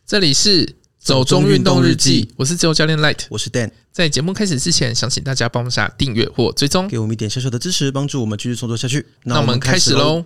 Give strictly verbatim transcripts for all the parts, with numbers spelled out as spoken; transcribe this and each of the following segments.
这里是走中运动日记，我是自由教练 Light， 我是 Dan。 在节目开始之前，想请大家帮我们下订阅或追踪， 给我们一点小小的支持，帮助我们继续创作下去。 那我们开始喽。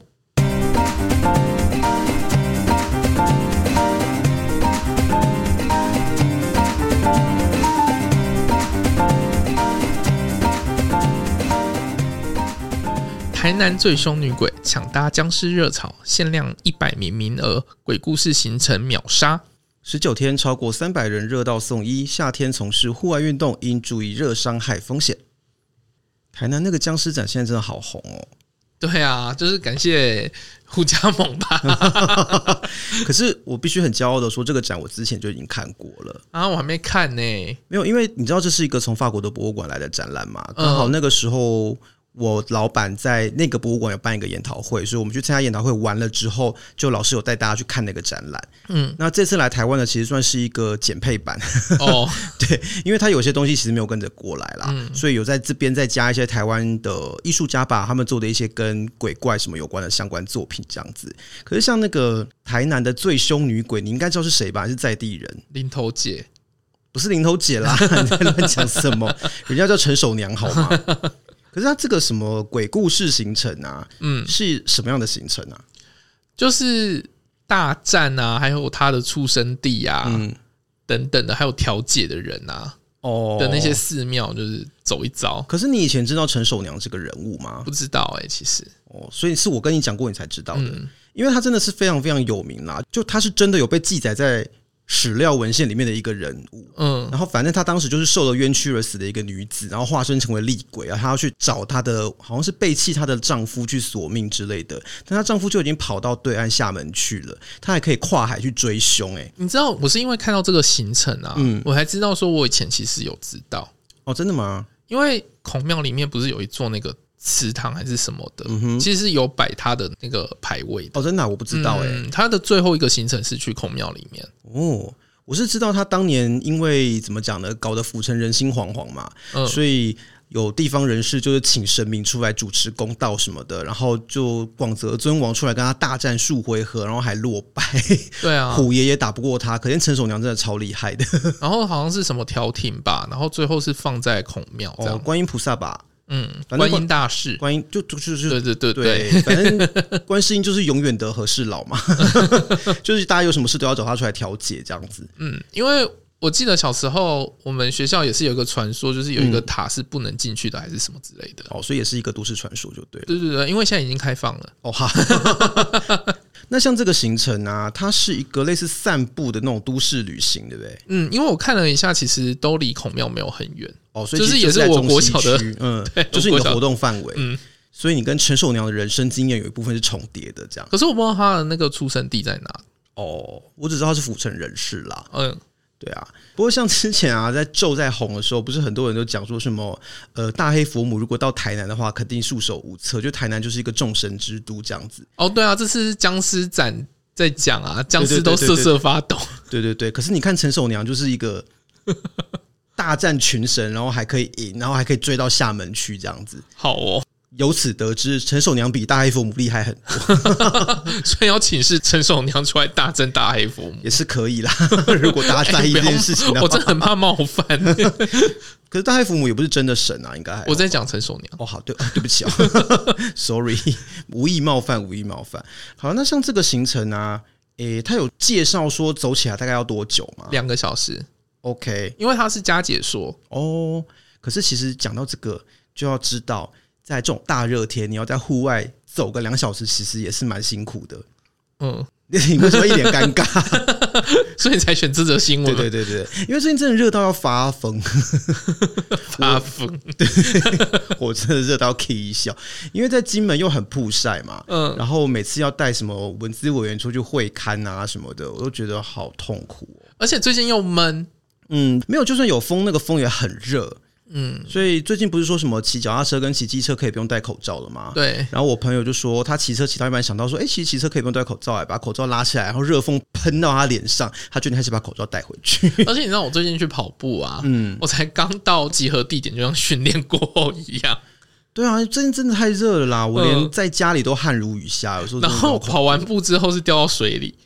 台南最凶女鬼抢搭僵尸热潮，限量一百名名额，鬼故事行程秒杀。 十九天超过三百人热到送医，夏天从事户外运动应注意热伤害风险。台南那个僵尸展现在真的好红哦。 对啊，就是感谢胡家盟吧。 可是我必须很骄傲的说，这个展我之前就已经看过了啊，我还没看呢。 没有，因为你知道这是一个从法国的博物馆来的展览嘛，刚好那个时候我老板在那个博物馆有办一个研讨会，所以我们去参加研讨会完了之后，就老师有带大家去看那个展览。嗯，那这次来台湾呢，其实算是一个减配版哦。对，因为他有些东西其实没有跟着过来啦，嗯、所以有在这边再加一些台湾的艺术家吧，他们做的一些跟鬼怪什么有关的相关作品这样子。可是像那个台南的最凶女鬼，你应该知道是谁吧？是在地人林头姐， 不是林头姐啦，你在乱讲什么？人家叫陈守娘好吗？可是他这个什么鬼故事行程啊，嗯，是什么样的行程啊？ 就是大战啊，还有他的出生地啊，嗯、等等的，还有调解的人啊，哦的那些寺庙，就是走一遭。 可是你以前知道陈守娘这个人物吗？ 不知道哎、欸，其实哦，所以是我跟你讲过你才知道的，嗯、因为他真的是非常非常有名啦，就他是真的有被记载在史料文献里面的一个人物，嗯，然后反正她当时就是受了冤屈而死的一个女子，然后化身成为厉鬼啊，她要去找她的好像是背弃她的丈夫去索命之类的，但她丈夫就已经跑到对岸厦门去了，她还可以跨海去追凶、欸。哎， 你知道我是因为看到这个行程啊，嗯，我才知道说我以前其实有知道哦，真的吗？ 因为孔庙里面不是有一座那个祠堂还是什么的，嗯、其实是有摆他的那个牌位的。 哦，真的、啊、我不知道哎、欸嗯。 他的最后一个行程是去孔庙里面。 哦，我是知道他当年因为怎么讲呢，搞得府城人心惶惶嘛，嗯、所以有地方人士就是请神明出来主持公道什么的，然后就广泽尊王出来跟他大战数回合，然后还落败。 对啊， 虎爷也打不过他，可见陈守娘真的超厉害的。 然后好像是什么调停吧，然后最后是放在孔庙这样、 哦，观音菩萨吧。 嗯，观音大士， 观音就就就是对对对 对, 对，反正观世音就是永远的和事佬嘛，就是大家有什么事都要找他出来调解这样子。 嗯，因为我记得小时候我们学校也是有一个传说，就是有一个塔是不能进去的，还是什么之类的。 哦，所以也是一个都市传说就对了。 对对对，因为现在已经开放了。哦哈。 那像这个行程啊，它是一个类似散步的那种都市旅行，对不对？ 嗯，因为我看了一下，其实都离孔庙没有很远哦，所以就是也是我国小的， 嗯，就是你的活动范围，嗯，所以你跟陈守娘的人生经验有一部分是重叠的，这样。 可是我不知道他的那个出生地在哪。 哦，我只知道他是府城人士啦，嗯。对啊，不过像之前啊，在咒在红的时候，不是很多人都讲说什么，呃，大黑佛母如果到台南的话，肯定束手无策，就台南就是一个众神之都这样子。 哦，对啊，这是僵尸展在讲啊，僵尸都瑟瑟发抖。 对对对，可是你看陈守娘就是一个大战群神，然后还可以赢，然后还可以追到厦门去这样子。 好哦。 由此得知，陈守娘比大黑佛母厉害很多， 所以要请示陈守娘出来大战大黑佛母也是可以啦。如果大家在意这件事情的话， 欸、我真的很怕冒犯。 可是大黑佛母也不是真的神啊，应该还我在讲陈守娘。 哦，好，对，对不起啊，sorry， 无意冒犯，无意冒犯。好，那像这个行程啊，诶，他有介绍说走起来大概要多久吗？ 两个小时。 OK， 因为他是加解说哦。可是其实讲到这个，就要知道。在这种大热天，你要在户外走个两小时，其实也是蛮辛苦的。嗯，你为什么一脸尴尬？ 所以才选这则新闻。 对对对对，因为最近真的热到要发疯， 发疯。 对，我真的热到 K 一笑，因为在金门又很曝晒嘛。嗯，然后每次要带什么文资委员出去会勘啊什么的，我都觉得好痛苦哦。 而且最近又闷。 嗯，没有，就算有风，那个风也很热。嗯，所以最近不是说什么骑脚踏车跟骑机车可以不用戴口罩了吗？ 对。然后我朋友就说，他骑车骑到一半想到说，哎、欸，其实骑车可以不用戴口罩，哎，把口罩拉起来，然后热风喷到他脸上，他决定还是把口罩戴回去。 而且你知道我最近去跑步啊，嗯，我才刚到集合地点，就像训练过后一样。 对啊，最近真的太热了啦，我连在家里都汗如雨下。有时候然后跑完步之后是掉到水里。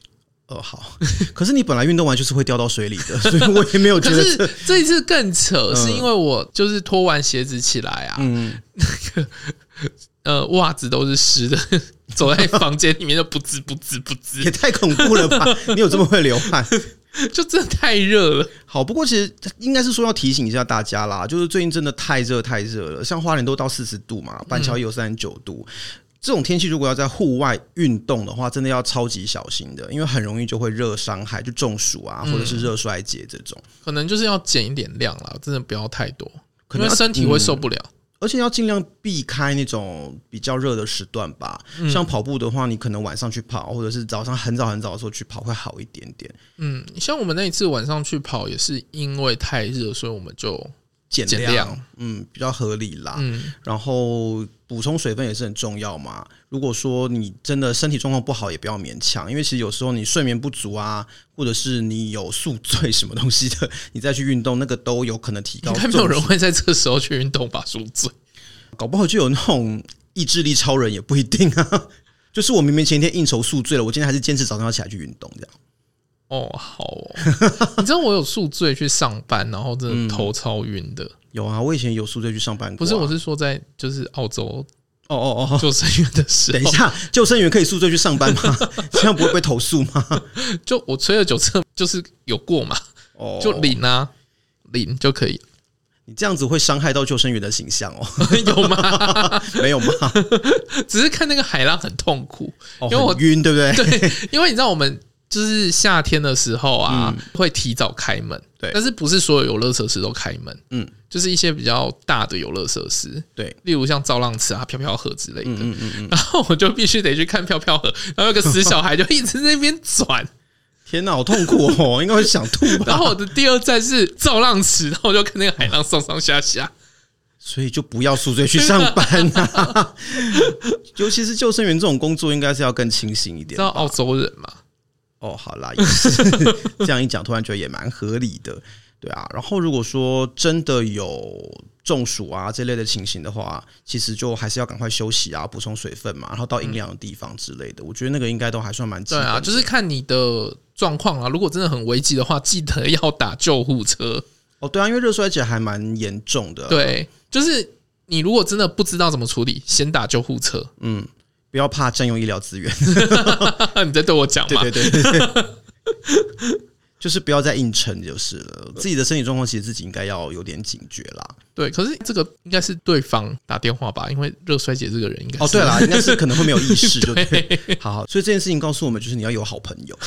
哦，好，可是你本来运动完就是会掉到水里的，所以我也没有觉得这。 可是这一次更扯，是因为我就是脱完鞋子起来啊，嗯，那个呃袜子都是湿的，走在房间里面就不吱不吱不吱， 也太恐怖了吧？你有这么会流汗？ 就真的太热了。 好，不过其实应该是说要提醒一下大家啦，就是最近真的太热太热了，像花莲都到四十度嘛，板桥也有三十九度。嗯，这种天气如果要在户外运动的话，真的要超级小心的，因为很容易就会热伤害，就中暑啊，或者是热衰竭这种。 可能就是要减一点量啦，真的不要太多，可能身体会受不了。嗯， 而且要尽量避开那种比较热的时段吧。嗯，像跑步的话，你可能晚上去跑，或者是早上很早很早的时候去跑会好一点点。 嗯，像我们那一次晚上去跑，也是因为太热，所以我们就减量，嗯，比较合理啦。嗯，然后补充水分也是很重要嘛。如果说你真的身体状况不好，也不要勉强，因为其实有时候你睡眠不足啊，或者是你有宿醉什么东西的，你再去运动，那个都有可能提高。 应该没有人会在这个时候去运动吧？宿醉， 搞不好就有那种意志力超人，也不一定啊。就是我明明前一天应酬宿醉了，我今天还是坚持早上要起来去运动，这样。 哦，好哦。你知道我有宿醉去上班，然后真的头超晕的。嗯， 有啊，我以前有宿醉去上班过。啊， 不是，我是说在就是澳洲。 哦哦哦， 救生员的时候， 等一下，救生员可以宿醉去上班吗？这样不会被投诉吗？ 就我吹了酒测，就是有过嘛，哦，就零啊，零就可以。 你这样子会伤害到救生员的形象哦。 有吗？ 没有吗？ 只是看那个海浪很痛苦， 哦，因为我很晕，对不对？ 对，因为你知道我们就是夏天的时候啊，嗯，会提早开门，对，但是不是所有游乐设施都开门，嗯，就是一些比较大的游乐设施，对，例如像造浪池啊、飘飘河之类的，嗯嗯嗯嗯，然后我就必须得去看飘飘河，然后有个死小孩就一直在那边转。 天哪，好痛苦哦，应该会想吐吧。 然后我的第二站是造浪池，然后我就看那个海浪上上下下。 所以就不要宿醉去上班啊。尤其是救生员这种工作，应该是要更清醒一点。知道澳洲人嘛？ 哦，好啦，也是这样一讲，突然觉得也蛮合理的，对啊。然后如果说真的有中暑啊这类的情形的话，其实就还是要赶快休息啊，补充水分嘛，然后到阴凉的地方之类的。我觉得那个应该都还算蛮基本的。 对啊，就是看你的状况啊。如果真的很危急的话，记得要打救护车。 哦，对啊，因为热衰竭还蛮严重的。 对，就是你如果真的不知道怎么处理，先打救护车。 嗯。不要怕占用医疗资源。 你在对我讲吗？ 对对对对对，就是不要再硬撑就是了。自己的身体状况其实自己应该要有点警觉啦。 对，可是这个应该是对方打电话吧，因为热衰竭这个人应该是哦，对啦，应该是可能会没有意识，就对。对，好好，所以这件事情告诉我们，就是你要有好朋友。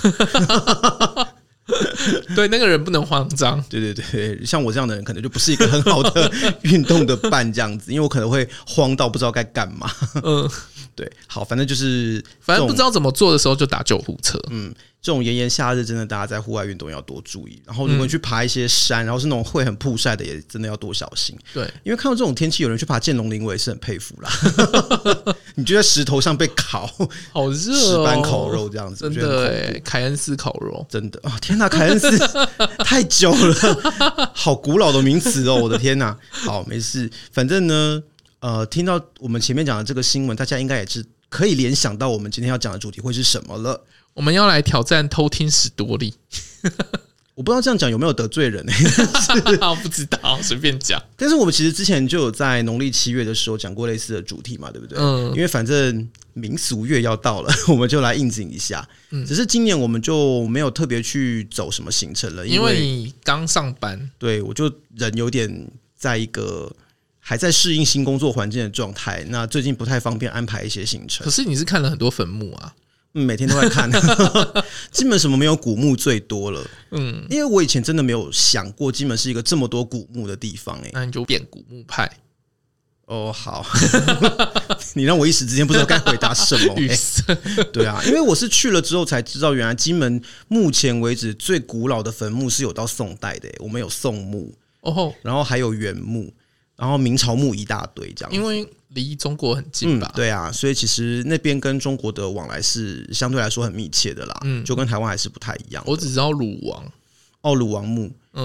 对，那个人不能慌张。 对对对，像我这样的人，可能就不是一个很好的运动的伴这样子，因为我可能会慌到不知道该干嘛。嗯，对，好，反正就是反正不知道怎么做的时候就打救护车。 嗯，这种炎炎夏日，真的大家在户外运动要多注意。然后，如果你去爬一些山，然后是那种会很曝晒的，也真的要多小心。对，因为看到这种天气，有人去爬剑龙岭，我也是很佩服啦。你就在石头上被烤， 好热哦， 石板烤肉这样子， 真的耶，凯恩斯烤肉， 真的啊、哦！天哪，凯恩斯太久了，好古老的名词哦！我的天哪，好没事，反正呢，呃，听到我们前面讲的这个新闻，大家应该也是可以联想到我们今天要讲的主题会是什么了。 我们要来挑战偷听史多利。 我不知道这样讲有没有得罪人、欸、 我不知道，随便讲。 但是我们其实之前就有在农历七月的时候讲过类似的主题嘛，对不对？嗯，因为反正民俗月要到了，我们就来应景一下。嗯，只是今年我们就没有特别去走什么行程了， 因为, 因为你刚上班， 对，我就人有点在一个还在适应新工作环境的状态，那最近不太方便安排一些行程。 可是你是看了很多坟墓啊。 嗯，每天都在看，金门什么没有古墓最多了。嗯，因为我以前真的没有想过金门是一个这么多古墓的地方、欸。 那你就变古墓派。 哦，好，你让我一时之间不知道该回答什么、欸。对啊，因为我是去了之后才知道，原来金门目前为止最古老的坟墓是有到宋代的、欸。我们有宋墓，哦，然后还有元墓，然后明朝墓一大堆这样子。因为离中国很近吧、 嗯？对啊，所以其实那边跟中国的往来是相对来说很密切的啦，嗯，就跟台湾还是不太一样的。 我只知道鲁王， 哦，鲁王墓，嗯，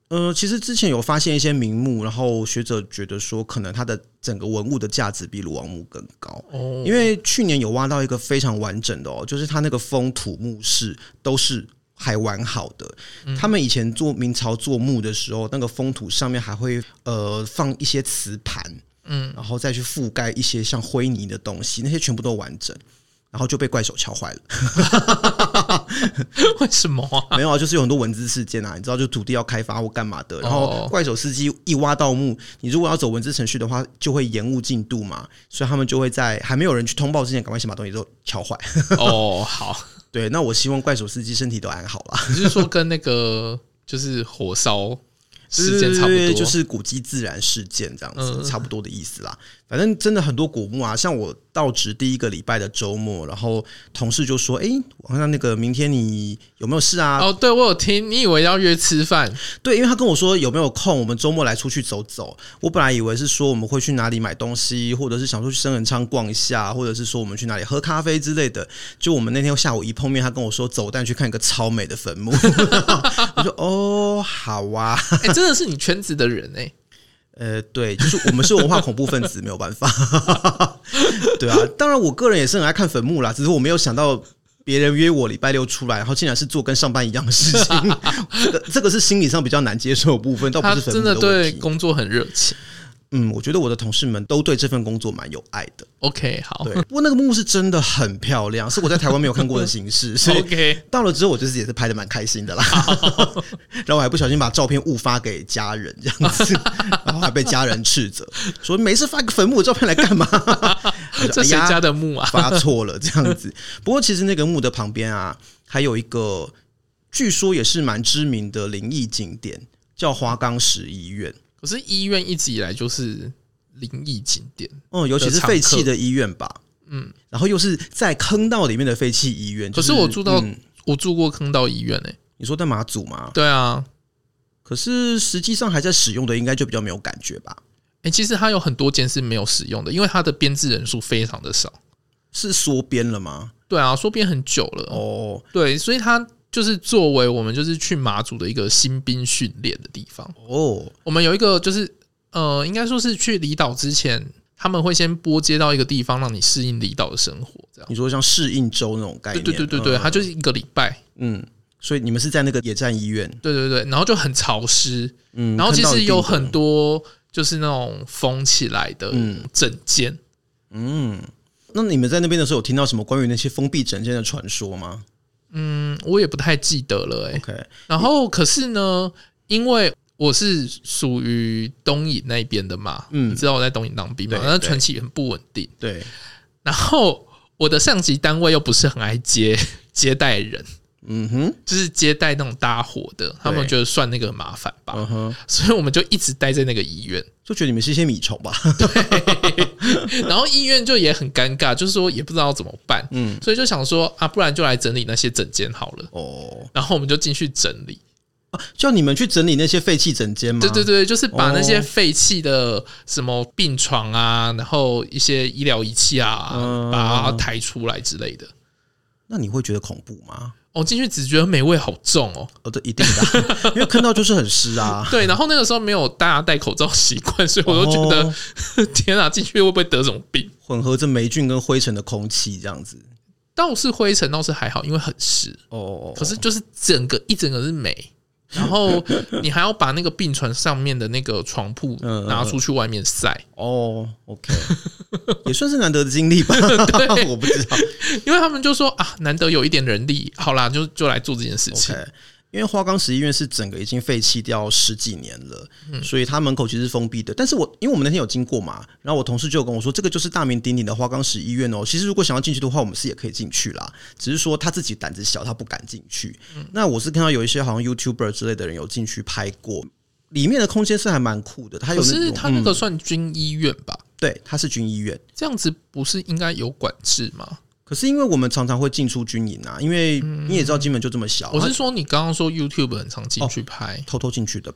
呃，其实之前有发现一些名墓，然后学者觉得说，可能它的整个文物的价值比鲁王墓更高。哦，因为去年有挖到一个非常完整的哦，就是它那个封土墓室都是还完好的。嗯、他们以前做明朝做墓的时候，那个封土上面还会呃放一些瓷盘，嗯，然后再去覆盖一些像灰泥的东西，那些全部都完整。然后就被怪手敲坏了。 为什么啊？ 没有啊，就是有很多文资事件啊，你知道，就土地要开发或干嘛的，然后怪手司机一挖到墓，你如果要走文资程序的话，就会延误进度嘛，所以他们就会在还没有人去通报之前，赶快先把东西都敲坏。 哦，好， 对，那我希望怪手司机身体都安好啦。 你是说跟那个就是火烧事件差不多， 对，就是古迹自然事件这样子，嗯、差不多的意思啦。反正真的很多古墓啊，像我到职第一个礼拜的周末，然后同事就说：“哎、欸，好像那个明天你有没有事啊？” 哦，对，我有听，你以为要约吃饭？ 对，因为他跟我说有没有空，我们周末来出去走走。我本来以为是说我们会去哪里买东西，或者是想说去生人昌逛一下，或者是说我们去哪里喝咖啡之类的。就我们那天下午一碰面，他跟我说：“走，带你去看一个超美的坟墓。”我说：“哦，好啊。 欸”真的是你圈子的人哎、欸。 呃，对，就是我们是文化恐怖分子，没有办法。对啊，当然我个人也是很爱看坟墓啦，只是我没有想到别人约我礼拜六出来，然后竟然是做跟上班一样的事情。这个这个是心理上比较难接受的部分，倒不是坟墓的问题。 他真的对工作很热情。 嗯，我觉得我的同事们都对这份工作蛮有爱的。 OK， 好。 对，不过那个墓是真的很漂亮，是我在台湾没有看过的形式。所以 OK， 到了之后我就是也是拍的蛮开心的啦。然后我还不小心把照片误发给家人，这样子，然后还被家人斥责，说没事发个坟墓的照片来干嘛？ 这谁家的墓啊？ 发错了这样子。不过其实那个墓的旁边啊，还有一个据说也是蛮知名的灵异景点，叫花岗石医院。 可是医院一直以来就是灵异景点， 哦、嗯，尤其是废弃的医院吧，嗯，然后又是在坑道里面的废弃医院。 可是我住到、嗯、我住过坑道医院诶、欸， 你说在马祖吗？ 对啊， 可是实际上还在使用的，应该就比较没有感觉吧？ 哎、欸，其实它有很多间是没有使用的，因为它的编制人数非常的少。 是缩编了吗？ 对啊，缩编很久了哦。对，所以它就是作为我们就是去马祖的一个新兵训练的地方哦。我们有一个就是呃，应该说是去离岛之前，他们会先拨接到一个地方，让你适应离岛的生活。这样， 你说像适应周那种概念？ 对对对对对，嗯、它就是一个礼拜。 嗯，所以你们是在那个野战医院？ 对对对，然后就很潮湿，嗯，然后其实有很多就是那种封起来的诊间。 嗯，那你们在那边的时候有听到什么关于那些封闭诊间的传说吗？ 嗯，我也不太记得了、欸。 OK， 然后可是呢，因为我是属于东引那边的嘛，嗯，你知道我在东引当兵嘛，那传奇很不稳定， 对。 然后我的上级单位又不是很爱接接待人，嗯哼，就是接待那种搭伙的，他们觉得算那个很麻烦吧，嗯哼，所以我们就一直待在那个医院， 就觉得你们是一些米虫吧， 对。然后医院就也很尴尬，就是说也不知道怎么办，嗯，所以就想说啊，不然就来整理那些诊间好了，哦，然后我们就进去整理。 啊、叫你们去整理那些废弃诊间吗？ 对对对，就是把那些废弃的什么病床啊，然后一些医疗仪器啊，嗯、把它抬出来之类的。 那你会觉得恐怖吗？ 我、哦、进去只觉得霉味好重哦。 哦，这一定的，因为坑道就是很湿啊。 对，然后那个时候没有大家戴口罩习惯，所以我都觉得、哦、天啊，进去会不会得什么病？ 混合着霉菌跟灰尘的空气这样子。 倒是灰尘倒是还好，因为很湿哦。可是就是整个一整个是霉。然后你还要把那个病床上面的那个床铺拿出去外面晒、嗯嗯、哦 ，OK， 也算是难得的经历吧。对，我不知道， 因为他们就说啊，难得有一点人力，好啦，就就来做这件事情。 Okay，因为花岗石医院是整个已经废弃掉十几年了，嗯、所以它门口其实是封闭的。但是我因为我们那天有经过嘛，然后我同事就跟我说，这个就是大名鼎鼎的花岗石医院哦。其实如果想要进去的话，我们是也可以进去啦，只是说他自己胆子小，他不敢进去。嗯、那我是看到有一些好像 YouTuber 之类的人有进去拍过，里面的空间是还蛮酷的。它有那可是它那个算军医院吧？ 嗯、对，它是军医院， 这样子不是应该有管制吗？ 可是因为我们常常会进出军营啊，因为你也知道金门就这么小。 我是说你刚刚说 YouTube 很常进去拍、 哦，偷偷进去的吧？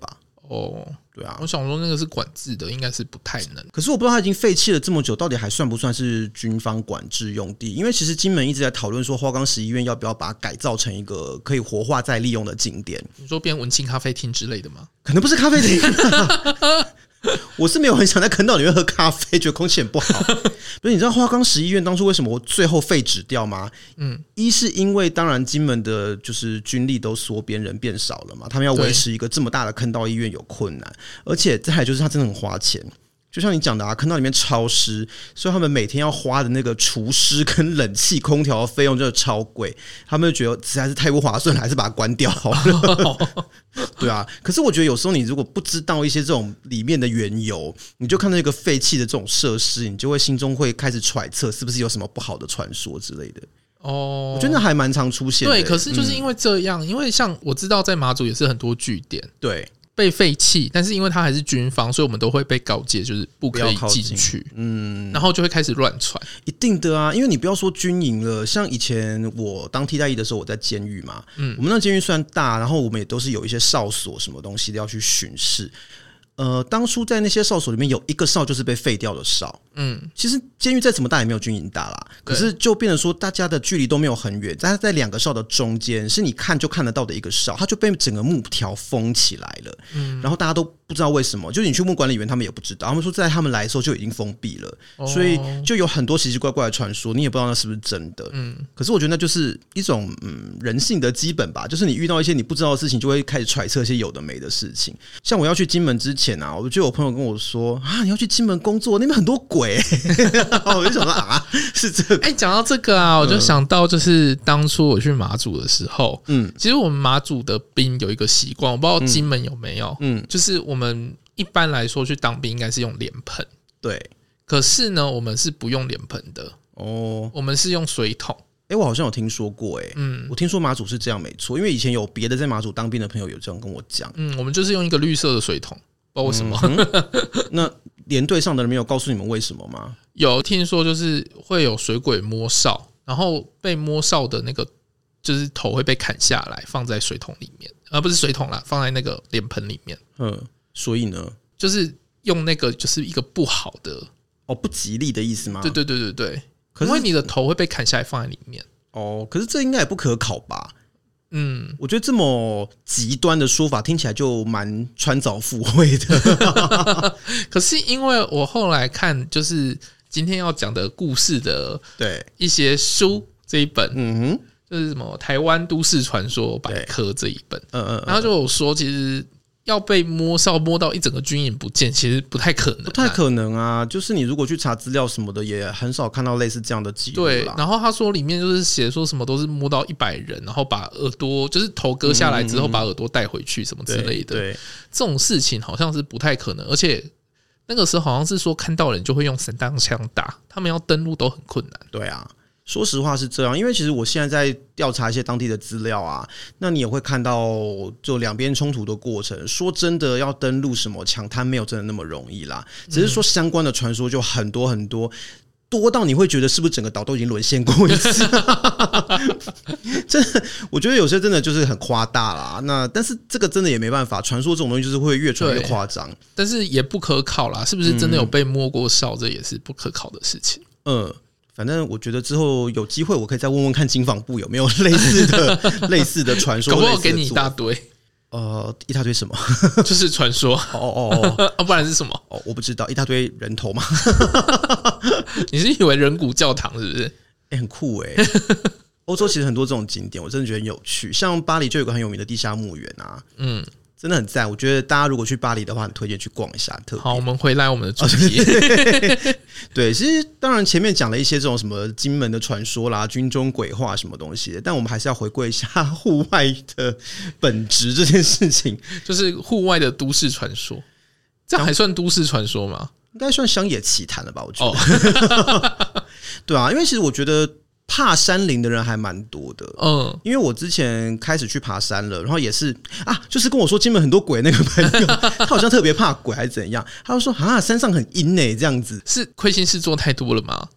哦， 对啊， 我想说那个是管制的，应该是不太能。 可是我不知道它已经废弃了这么久，到底还算不算是军方管制用地？因为其实金门一直在讨论说，花岗石医院要不要把它改造成一个可以活化再利用的景点？ 你说变文青咖啡厅之类的吗？ 可能不是咖啡厅、啊。我是没有很想在坑道里面喝咖啡，觉得空气很不好。不是，你知道花岗石医院当初为什么最后废止掉吗？嗯，一是因为当然金门的就是军力都缩编，人变少了嘛，他们要维持一个这么大的坑道医院有困难，而且再来就是它真的很花钱。就像你讲的啊，坑道里面超湿，所以他们每天要花的那个除湿跟冷气空调的费用真的超贵，他们就觉得实在是太不划算了，还是把它关掉好了。对啊，可是我觉得有时候你如果不知道一些这种里面的缘由，你就看到一个废弃的这种设施，你就会心中会开始揣测是不是有什么不好的传说之类的。哦，我觉得那还蛮常出现的。 对，可是就是因为这样、嗯、因为像我知道在马祖也是很多据点， 对， 被废弃，但是因为它还是军方，所以我们都会被告诫，就是不可以进去，嗯，然后就会开始乱传。 一定的啊，因为你不要说军营了，像以前我当替代役的时候，我在监狱嘛，嗯，我们那监狱算大，然后我们也都是有一些哨所什么东西的要去巡视。呃，当初在那些哨所里面有一个哨就是被废掉的哨，嗯，其实监狱再怎么大也没有军营大啦，可是就变成说大家的距离都没有很远，但是在两个哨的中间是你看就看得到的一个哨，它就被整个木条封起来了，嗯，然后大家都不知道为什么，就是你去问管理员他们也不知道，他们说在他们来的时候就已经封闭了，哦，所以就有很多奇奇怪怪的传说，你也不知道那是不是真的，嗯，可是我觉得那就是一种嗯人性的基本吧，就是你遇到一些你不知道的事情，就会开始揣测一些有的没的事情。像我要去金门之前啊，我就有朋友跟我说啊，你要去金门工作，那边很多鬼，我就想说啊，是这个。 哎，讲到这个啊，我就想到就是当初我去马祖的时候，嗯，其实我们马祖的兵有一个习惯，我不知道金门有没有，嗯，就是我们一般来说去当兵应该是用脸盆， 对， 可是呢，我们是不用脸盆的哦，我们是用水桶。 哎、欸，我好像有听说过、欸，哎，嗯，我听说马祖是这样没错，因为以前有别的在马祖当兵的朋友有这样跟我讲， 嗯，我们就是用一个绿色的水桶，不知道为什么。 嗯、那连队上的人没有告诉你们为什么吗？ 有听说就是会有水鬼摸哨，然后被摸哨的那个就是头会被砍下来，放在水桶里面，而、呃、不是水桶啦，放在那个脸盆里面。 嗯，所以呢， 就是用那个就是一个不好的哦，不吉利的意思吗？ 对对对对对。可是因为你的头会被砍下来放在里面哦，可是这应该也不可考吧？嗯，我觉得这么极端的说法听起来就蛮穿凿附会的。 可是因为我后来看，就是今天要讲的故事的对一些书这一本，嗯哼，就是什么台湾都市传说百科这一本，嗯嗯，然后就有说其实。要被摸哨摸到一整个军营不见，其实不太可能， 不太可能啊！就是你如果去查资料什么的，也很少看到类似这样的记录啦。 对，然后他说里面就是写说什么都是摸到一百人，然后把耳朵就是头割下来之后，把耳朵带回去什么之类的。对，这种事情好像是不太可能，而且那个时候好像是说看到人就会用散弹枪打，他们要登陆都很困难。 对啊。说实话是这样，因为其实我现在在调查一些当地的资料啊，那你也会看到就两边冲突的过程。说真的，要登陆什么抢滩没有真的那么容易啦，只是说相关的传说就很多很多，多到你会觉得是不是整个岛都已经沦陷过一次？真的，我觉得有些真的就是很夸大啦。那但是这个真的也没办法，传说这种东西就是会越传越夸张， 但是也不可考啦，是不是真的有被摸过哨，这也是不可考的事情。 嗯。反正我觉得之后有机会，我可以再问问看经防部有没有类似的类似的传说。 搞不好给你一大堆， 呃，一大堆什么？ 就是传说。 哦哦哦， 哦，不然是什么？ 哦，我不知道，一大堆人头吗？ 你是以为人骨教堂是不是？ 哎、欸，很酷哎、欸！欧洲其实很多这种景点，我真的觉得很有趣。像巴黎就有个很有名的地下墓园啊，嗯。真的很赞，我觉得大家如果去巴黎的话，很推荐去逛一下。特别好，我们回来我们的主题。 哦、对，其实当然前面讲了一些这种什么金门的传说啦、军中鬼话什么东西的，但我们还是要回归一下户外的本质这件事情， 就是户外的都市传说。这样还算都市传说吗？ 应该算乡野奇谈了吧？我觉得。哦、对啊，因为其实我觉得。怕山林的人还蛮多的，嗯，因为我之前开始去爬山了，然后也是啊，就是跟我说金门很多鬼那个朋友，他好像特别怕鬼还是怎样，他就说啊，山上很阴欸，这样子是亏心事做太多了吗？ 我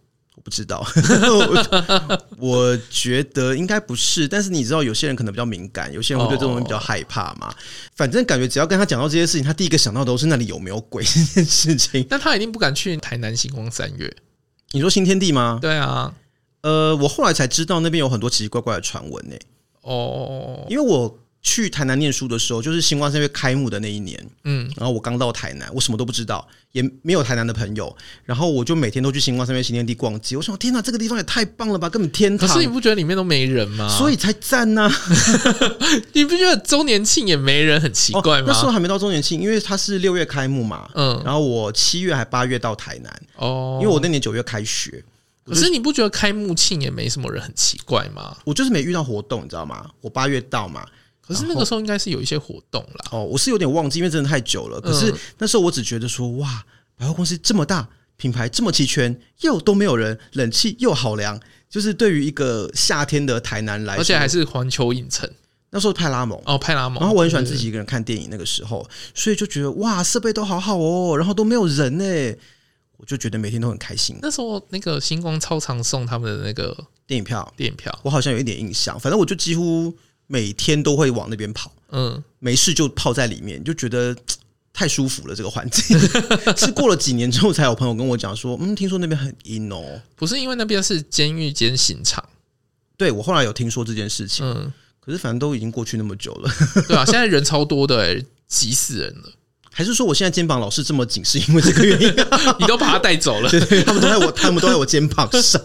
不知道我觉得应该不是，但是你知道有些人可能比较敏感，有些人会对这种东西比较害怕嘛、哦、反正感觉只要跟他讲到这些事情，他第一个想到的都是那里有没有鬼这件事情。 但他一定不敢去台南星光三月。 你说新天地吗？ 对啊， 呃，我后来才知道那边有很多奇奇怪怪的传闻呢。哦，因为我去台南念书的时候，就是星光三月开幕的那一年，嗯，然后我刚到台南，我什么都不知道，也没有台南的朋友，然后我就每天都去星光三月新天地逛街。我想，天哪，这个地方也太棒了吧，根本天堂！ 可是你不觉得里面都没人吗？ 所以才赞啊！ 你不觉得周年庆也没人很奇怪吗？ 哦、那时候还没到周年庆，因为它是六月开幕嘛，嗯，然后我七月还八月到台南，哦，因为我那年九月开学。 可是你不觉得开幕庆也没什么人很奇怪吗？ 我就是没遇到活动，你知道吗？我八月到嘛。 可是那个时候应该是有一些活动啦。 哦，我是有点忘记，因为真的太久了。可是那时候我只觉得说，哇，百货公司这么大，品牌这么齐全，又都没有人，冷气又好凉，就是对于一个夏天的台南来说， 而且还是环球影城。 那时候派拉蒙哦，派拉蒙。 然后我很喜欢自己一个人看电影，那个时候，所以就觉得哇，设备都好好哦，然后都没有人哎，我就觉得每天都很开心。 那时候那个星光超常送他们的那个电影票， 电影票， 我好像有一点印象。反正我就几乎每天都会往那边跑，嗯，没事就泡在里面，就觉得太舒服了这个环境。是过了几年之后，才有朋友跟我讲说，嗯，听说那边很阴哦。 不是因为那边是监狱兼刑场， 对，我后来有听说这件事情，嗯，可是反正都已经过去那么久了， 对啊，现在人超多的、欸，急死人了。 还是说我现在肩膀老是这么紧，是因为这个原因？ 你都把他带走了， 对对，他们都在我，他们都在我肩膀上。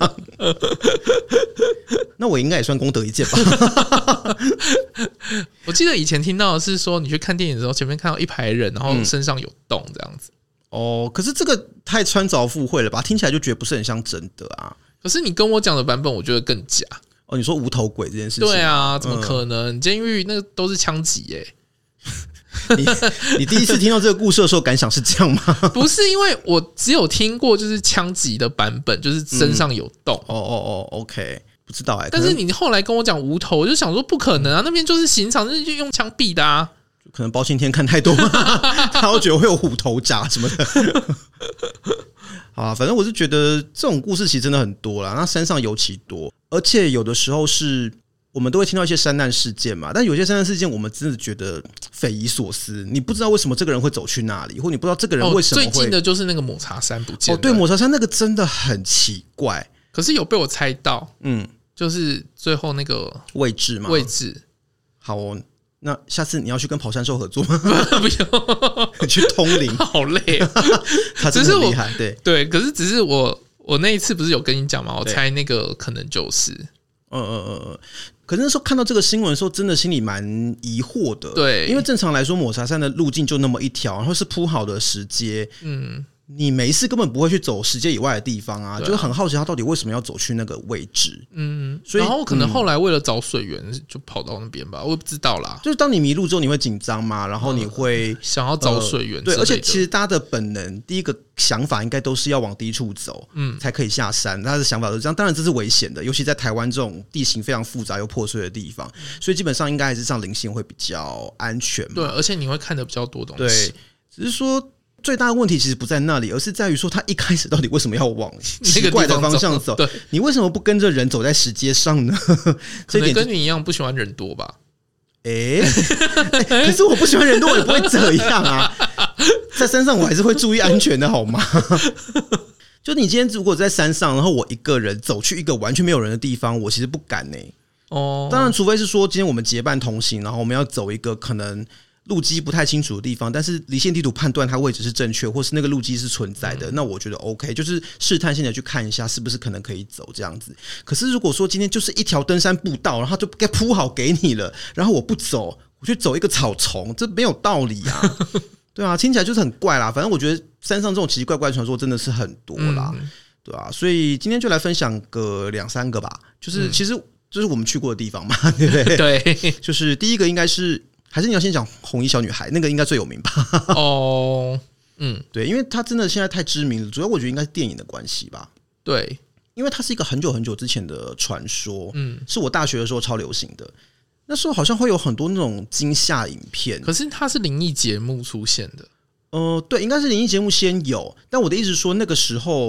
那我应该也算功德一件吧。 我记得以前听到的是说，你去看电影的时候，前面看到一排人，然后身上有洞这样子。 嗯、哦，可是这个太穿凿附会了吧？听起来就觉得不是很像真的啊。 可是你跟我讲的版本，我觉得更假。 哦，你说无头鬼这件事情？ 对啊，怎么可能？监狱那个都是枪击耶、欸。 你你第一次听到这个故事的时候，感想是这样吗？ 不是，因为我只有听过就是枪击的版本，就是身上有洞。 嗯、哦哦哦 ，OK， 不知道哎、欸。 但是你后来跟我讲无头，我就想说不可能啊，那边就是刑场，那就用枪毙的啊。 可能包青天看太多，他会觉得会有虎头铡什么的。好啊，反正我是觉得这种故事其实真的很多啦，那山上尤其多，而且有的时候是。我们都会听到一些山难事件嘛，但有些山难事件我们真的觉得匪夷所思，你不知道为什么这个人会走去那里，或你不知道这个人为什么会、 哦、最近的就是那个抹茶山不见了。 哦，对，抹茶山那个真的很奇怪， 可是有被我猜到，嗯，就是最后那个位置嘛， 位置。 好哦，那下次你要去跟跑山兽合作吗？ 不用， 去通灵， 好累啊！ 他真的很厉害，对对，可是只是我我那一次不是有跟你讲吗？我猜那个可能就是， 嗯嗯嗯嗯。可是那时候看到这个新闻的时候，真的心里蛮疑惑的。 对， 因为正常来说，抹茶山的路径就那么一条，然后是铺好的石阶。嗯，你没事根本不会去走石阶以外的地方啊，啊就是很好奇他到底为什么要走去那个位置。嗯，所以然后可能后来为了找水源就跑到那边吧，我也不知道啦。 就是当你迷路之后，你会紧张嘛，然后你会、嗯、 想要找水源、呃。 对，而且其实大家的本能，第一个想法应该都是要往低处走，嗯，才可以下山。他的想法都是这样，当然这是危险的，尤其在台湾这种地形非常复杂又破碎的地方，所以基本上应该还是上零线会比较安全嘛。 对，而且你会看得比较多东西。 对，只是说。最大的问题其实不在那里，而是在于说他一开始到底为什么要往奇怪的方向走？ 对， 你为什么不跟着人走在石阶上呢？ 可能跟你一样不喜欢人多吧？ 哎、欸，可是我不喜欢人多，我也不会这样啊。在山上我还是会注意安全的，好吗？就你今天如果在山上，然后我一个人走去一个完全没有人的地方，我其实不敢呢、欸。哦，当然，除非是说今天我们结伴同行，然后我们要走一个可能。路基不太清楚的地方，但是离线地图判断它位置是正确，或是那个路基是存在的，嗯、那我觉得 OK， 就是试探性的去看一下是不是可能可以走这样子。可是如果说今天就是一条登山步道，然后就该铺好给你了，然后我不走，我去走一个草丛，这没有道理啊。对啊，听起来就是很怪啦。反正我觉得山上这种奇奇怪怪的传说真的是很多啦，嗯、对啊，所以今天就来分享个两三个吧，就是其实就是我们去过的地方嘛，对不对？ 对， 就是第一个应该是。还是你要先讲红衣小女孩，那个应该最有名吧？哦，嗯，对，因为它真的现在太知名了，主要我觉得应该是电影的关系吧。 对， 因为它是一个很久很久之前的传说，嗯，是我大学的时候超流行的。那时候好像会有很多那种惊吓影片， 可是它是灵异节目出现的。 呃，对，应该是灵异节目先有，但我的意思是说，那个时候。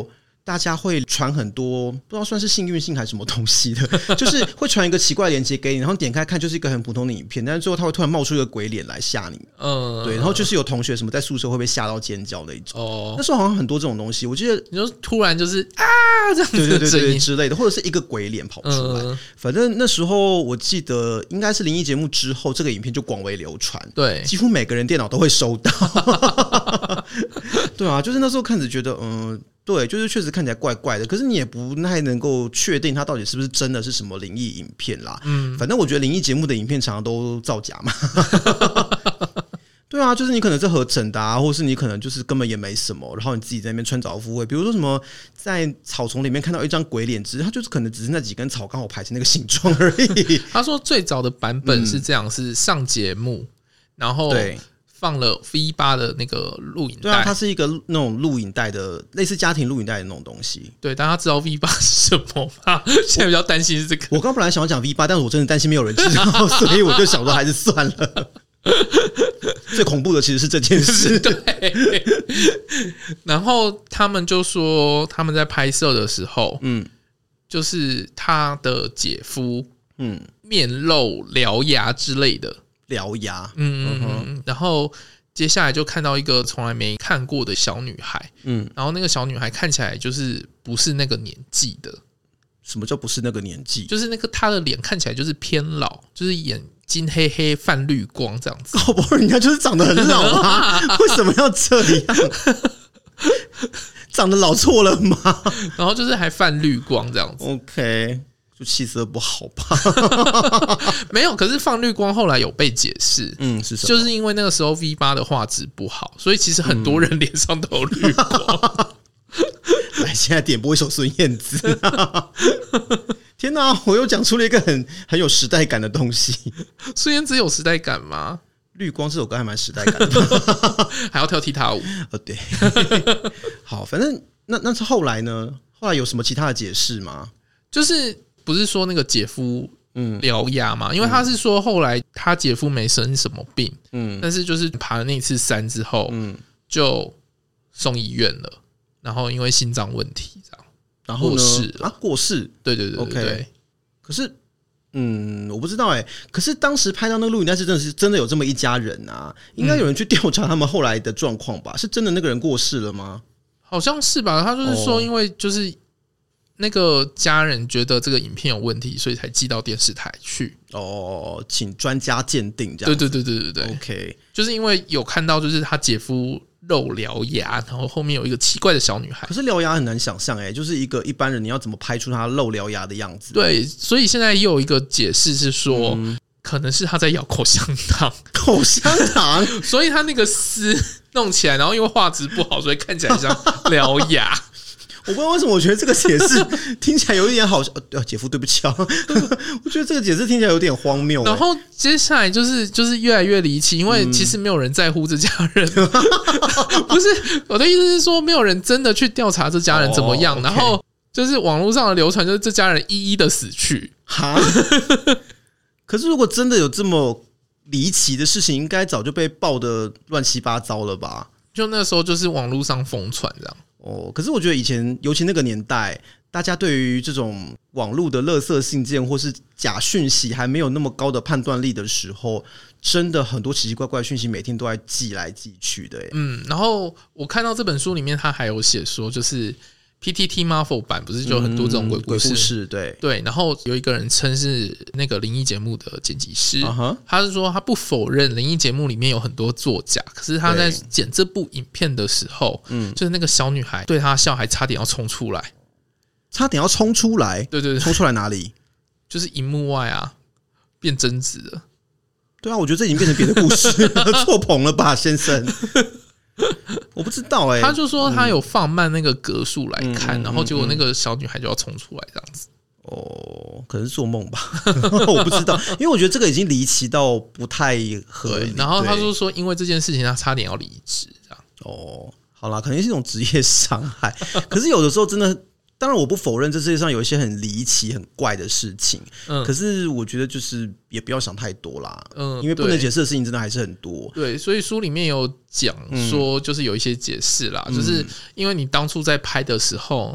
大家会传很多不知道算是幸运性还是什么东西的，就是会传一个奇怪的链接给你，然后点开看就是一个很普通的影片，但是最后他会突然冒出一个鬼脸来吓你。嗯，对，然后就是有同学什么在宿舍会被吓到尖叫的一种。哦，那时候好像很多这种东西，我记得你就突然就是啊这样子的声音， 对对对之类的，或者是一个鬼脸跑出来。嗯，反正那时候我记得应该是灵异节目之后，这个影片就广为流传，对，几乎每个人电脑都会收到。对啊，就是那时候看着觉得，嗯、呃，对，就是确实看起来怪怪的，可是你也不太能够确定它到底是不是真的是什么灵异影片啦。嗯，反正我觉得灵异节目的影片常常都造假嘛。对啊，就是你可能是合成的啊，或是你可能就是根本也没什么，然后你自己在那边穿凿附会，比如说什么在草丛里面看到一张鬼脸，只是它就是可能只是那几根草刚好排成那个形状而已。 他说最早的版本是这样，嗯、是上节目，然后对。放了 V 八 的那个录影带， 对啊，它是一个那种录影带的，类似家庭录影带的那种东西。 对，大家知道 V 八 是什么吗？现在比较担心是这个。 我刚本来想要讲 V 八，但是我真的担心没有人知道，所以我就想说还是算了。最恐怖的其实是这件事。 对。然后他们就说他们在拍摄的时候，嗯，就是他的姐夫，嗯，面露獠牙之类的。 獠牙， 嗯嗯嗯，然后接下来就看到一个从来没看过的小女孩，嗯，然后那个小女孩看起来就是不是那个年纪的。 什么叫不是那个年纪？ 就是那个她的脸看起来就是偏老，就是眼睛黑黑泛绿光这样子。 搞不好人家就是长得很老啊，为什么要这样？长得老错了吗？ 然后就是还泛绿光这样子。 OK。就气色不好吧？ 没有，可是放绿光后来有被解释，嗯，是什么？就是因为那个时候 V 八 的画质不好，所以其实很多人脸上都有绿光。 嗯、来，现在点播一首孙燕姿。天哪，我又讲出了一个很很有时代感的东西。 孙燕姿有时代感吗？ 绿光这首歌还蛮时代感的， 还要跳踢踏舞。 呃，对。好，反正那那是后来呢？后来有什么其他的解释吗？ 就是。不是说那个姐夫獠牙嘛？因为他是说后来他姐夫没生什么病，嗯，但是就是爬了那次山之后，嗯，就送医院了，然后因为心脏问题这样， 然后过世啊，过世， 对对对对对。Okay. 可是，嗯，我不知道哎、欸。可是当时拍到那个录影带是真的是真的有这么一家人啊？应该有人去调查他们后来的状况吧？是真的那个人过世了吗？ 好像是吧。他就是说，因为就是。那个家人觉得这个影片有问题，所以才寄到电视台去。 哦，请专家鉴定这样。 对对对对对对。 OK， 就是因为有看到，就是他姐夫露獠牙，然后后面有一个奇怪的小女孩。 可是獠牙很难想象哎、欸，就是一个一般人你要怎么拍出他露獠牙的样子？ 对，所以现在又有一个解释是说，嗯、可能是他在咬口香糖， 口香糖， 所以他那个丝弄起来，然后因为画质不好，所以看起来像獠牙。 我不知道为什么，我觉得这个解释听起来有一点好笑。呃，姐夫，对不起啊，我觉得这个解释听起来有点荒谬、欸。 然后接下来就是就是越来越离奇，因为其实没有人在乎这家人。嗯、不是我的意思是说，没有人真的去调查这家人怎么样。哦 okay、然后就是网络上的流传，就是这家人一一的死去。哈， 可是如果真的有这么离奇的事情，应该早就被爆得乱七八糟了吧？ 就那时候就是网络上疯传这样。 哦，可是我觉得以前，尤其那个年代，大家对于这种网络的垃圾信件或是假讯息还没有那么高的判断力的时候，真的很多奇奇怪怪的讯息每天都在寄来寄去的。 嗯，然后我看到这本书里面，他还有写说，就是 P T T Marvel 版不是就有很多这种鬼故事？嗯、鬼故事对对。然后有一个人称是那个灵异节目的剪辑师， uh-huh. 他是说他不否认灵异节目里面有很多作假，可是他在剪这部影片的时候，嗯，就是那个小女孩对他笑，还差点要冲出来， 差点要冲出来， 对对对， 冲出来哪里？ 就是荧幕外啊，变真实了。 对啊，我觉得这已经变成别的故事了，错棚了吧，先生。我不知道哎、欸， 他就说他有放慢那个格数来看，嗯、然后结果那个小女孩就要冲出来这样子。 哦，可能是做梦吧，我不知道，因为我觉得这个已经离奇到不太合理。 然后他就说，因为这件事情他差点要离职，这样。 哦，好啦，可能是一种职业伤害。可是有的时候真的。当然，我不否认这世界上有一些很离奇、很怪的事情，嗯，可是我觉得就是也不要想太多啦，嗯，因为不能解释的事情真的还是很多。 对，所以书里面有讲说，就是有一些解释啦，嗯、就是因为你当初在拍的时候，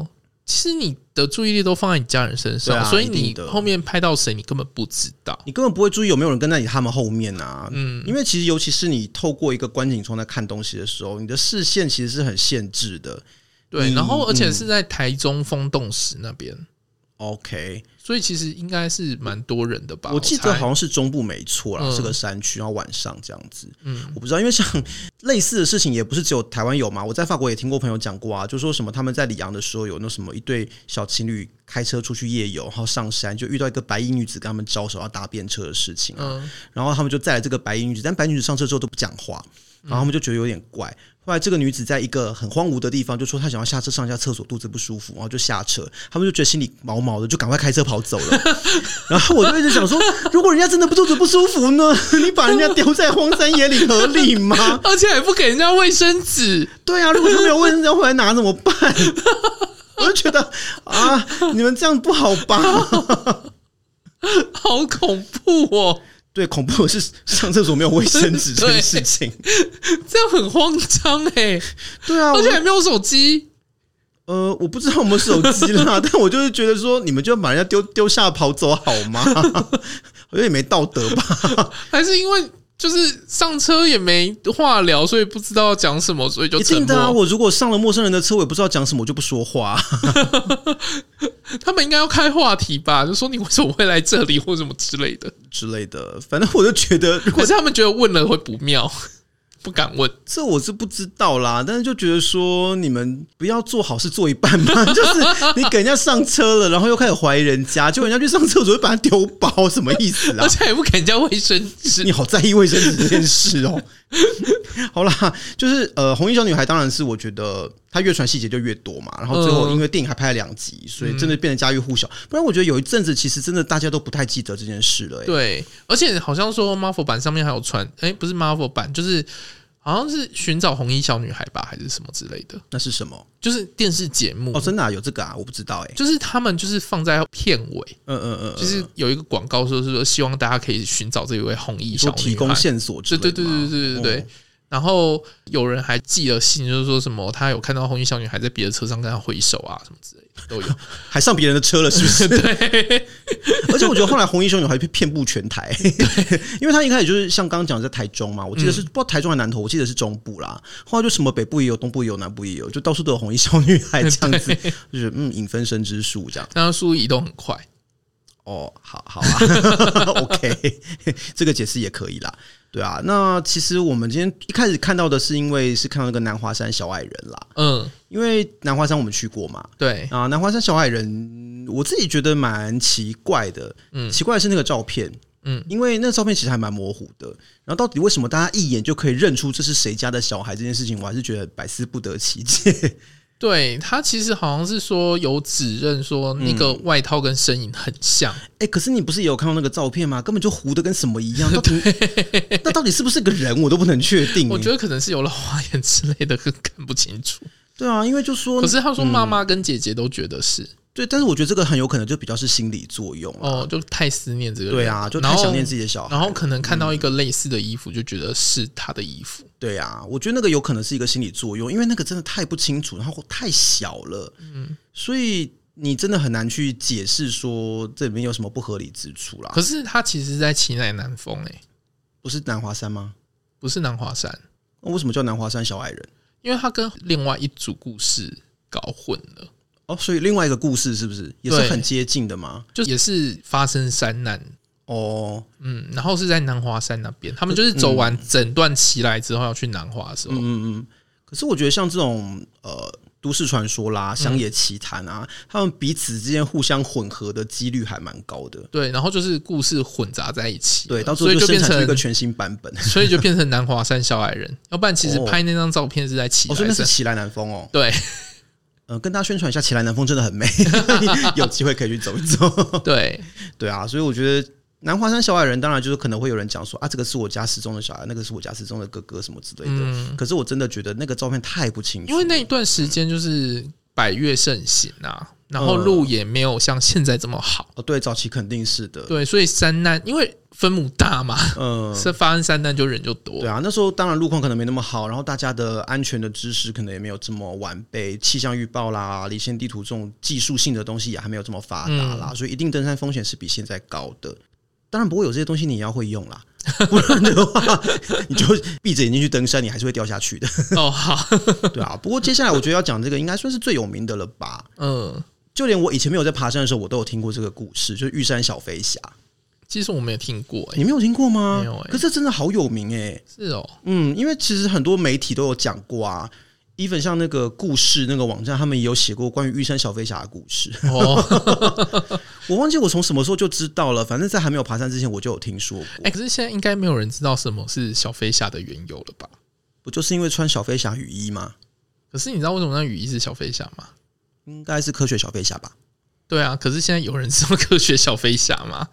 其实你的注意力都放在你家人身上，啊、所以你后面拍到谁，你根本不知道， 你根本不会注意有没有人跟在你他们后面啊。嗯，因为其实尤其是你透过一个观景窗在看东西的时候，你的视线其实是很限制的。 对，然后而且是在台中风洞石那边。 OK， 所以其实应该是蛮多人的吧？ 我记得好像是中部没错啦，嗯、是个山区，然后晚上这样子。嗯，我不知道，因为像类似的事情也不是只有台湾有嘛。我在法国也听过朋友讲过啊，就说什么他们在里昂的时候有那什么一对小情侣开车出去夜游，然后上山就遇到一个白衣女子跟他们招手要搭便车的事情啊。嗯、然后他们就载了这个白衣女子，但白女子上车之后都不讲话，然后他们就觉得有点怪。后来这个女子在一个很荒芜的地方就说她想要下车上一下厕所，肚子不舒服，然后就下车，他们就觉得心里毛毛的，就赶快开车跑走了。然后我就一直想说，如果人家真的肚子不舒服呢，你把人家丢在荒山野岭合理吗？ 而且还不给人家卫生纸。 对啊，如果他没有卫生纸要回来拿怎么办？我就觉得啊，你们这样不好吧？ 好恐怖哦。 对，恐怖的是上厕所没有卫生纸这件事情， 这样很慌张哎、欸。 对啊， 而且还没有手机。 呃，我不知道有没有手机啦，但我就是觉得说，你们就把人家丢丢下跑走好吗？我觉得也没道德吧？ 还是因为就是上车也没话聊，所以不知道讲什么，所以就沉默。 一定的啊！我如果上了陌生人的车，我也不知道讲什么，我就不说话。 他们应该要开话题吧，就说你为什么会来这里，或什么之类的之类的。反正我就觉得， 可是他们觉得问了会不妙，不敢问。 这我是不知道啦，但是就觉得说，你们不要做好事做一半嘛，就是你给人家上车了，然后又开始怀疑人家，就人家去上厕所就把他丢包，什么意思啊？ 而且也不给人家卫生纸， 你好在意卫生纸这件事哦。好啦，就是呃，红衣小女孩当然是我觉得她越传细节就越多嘛，然后最后因为电影还拍了两集，所以真的变得家喻户晓。不然我觉得有一阵子其实真的大家都不太记得这件事了、欸。 对，而且好像说 Marvel 版上面还有传，哎、欸，不是 Marvel 版，就是好像是寻找红衣小女孩吧，还是什么之类的。 那是什么？ 就是电视节目哦，真的、啊、有这个啊？我不知道哎、欸。 就是他们就是放在片尾，嗯嗯嗯，就是有一个广告说是说希望大家可以寻找这一位红衣小女孩， 提供线索之类的。 对对对对对对对。哦，然后有人还寄了信，就是说什么他有看到红衣小女孩在别的车上跟他挥手啊，什么之类的都有， 还上别人的车了，是不是？ 对。 而且我觉得后来红衣小女孩遍布全台，因为他一开始就是像刚刚讲在台中嘛，我记得是、嗯、不知道台中还是南投，我记得是中部啦。后来就什么北部也有，东部也有，南部也有，就到处都有红衣小女孩这样子，就是嗯引分身之术这样。 但是速度移动很快。 哦，好好啊，OK， 这个解释也可以啦。对啊，那其实我们今天一开始看到的是，因为是看到那个南华山小矮人啦。嗯，因为南华山我们去过嘛。 对啊，南华山小矮人，我自己觉得蛮奇怪的。嗯，奇怪的是那个照片。嗯，因为那个照片其实还蛮模糊的。然后到底为什么大家一眼就可以认出这是谁家的小孩这件事情，我还是觉得百思不得其解。 对，他其实好像是说有指认说那个外套跟身影很像。哎、 嗯欸，可是你不是也有看到那个照片吗？根本就糊的跟什么一样。到底那到底是不是个人，我都不能确定。 我觉得可能是有了花眼之类的，看不清楚。 对啊，因为就说， 可是他说妈妈跟姐姐都觉得是。嗯， 对，但是我觉得这个很有可能就比较是心理作用哦，就太思念这个人。 对啊，就太想念自己的小孩， 然后可能看到一个类似的衣服，就觉得是他的衣服。 对啊，我觉得那个有可能是一个心理作用，因为那个真的太不清楚，然后太小了，嗯，所以你真的很难去解释说这里面有什么不合理之处啦。 可是他其实是在奇乃南峰诶、欸， 不是南华山吗？ 不是南华山， 那为什么叫南华山小矮人？ 因为他跟另外一组故事搞混了。 哦，所以另外一个故事是不是也是很接近的吗？ 就也是发生山难哦，嗯，然后是在南华山那边，他们就是走完整段骑来之后要去南华的时候，嗯嗯嗯。 可是我觉得像这种呃都市传说啦、乡野奇谈啊，嗯，他们彼此之间互相混合的几率还蛮高的。 对，然后就是故事混杂在一起， 对，到最后就生产出一个全新版本， 所以就变成南华山小矮人。要不然其实拍那张照片是在奇来山， 哦，所以那是奇来南峰哦。 对。 呃，跟大家宣传一下，奇来南峰真的很美，有机会可以去走一走。 对， 对啊，所以我觉得南华山小矮人，当然就是可能会有人讲说啊，这个是我家失踪的小孩，那个是我家失踪的哥哥什么之类的。嗯，可是我真的觉得那个照片太不清楚， 因为那一段时间就是百越盛行啊， 然后路也没有像现在这么好。 哦，对，早期肯定是的。 对，所以山难因为分母大嘛，嗯，是发生山难就人就多。 对啊，那时候当然路况可能没那么好，然后大家的安全的知识可能也没有这么完备，气象预报啦、离线地图这种技术性的东西也还没有这么发达啦，嗯、所以一定登山风险是比现在高的。当然不过有这些东西你也要会用啦，不然的话你就闭着眼睛去登山，你还是会掉下去的。 哦，好， 对啊。不过接下来我觉得要讲这个应该算是最有名的了吧？嗯，就连我以前没有在爬山的时候，我都有听过这个故事，就是玉山小飞侠。 其实我没有听过、欸， 你没有听过吗？ 没有、欸， 可是这真的好有名哎、欸。 是哦， 嗯，因为其实很多媒体都有讲过啊 ，even 像那个故事那个网站，他们也有写过关于玉山小飞侠的故事。哦，我忘记我从什么时候就知道了，反正在还没有爬山之前我就有听说过。 哎、欸，可是现在应该没有人知道什么是小飞侠的缘由了吧？ 不就是因为穿小飞侠雨衣吗？ 可是你知道为什么那雨衣是小飞侠吗？ 应该是科学小飞侠吧？ 对啊，可是现在有人知道科学小飞侠吗？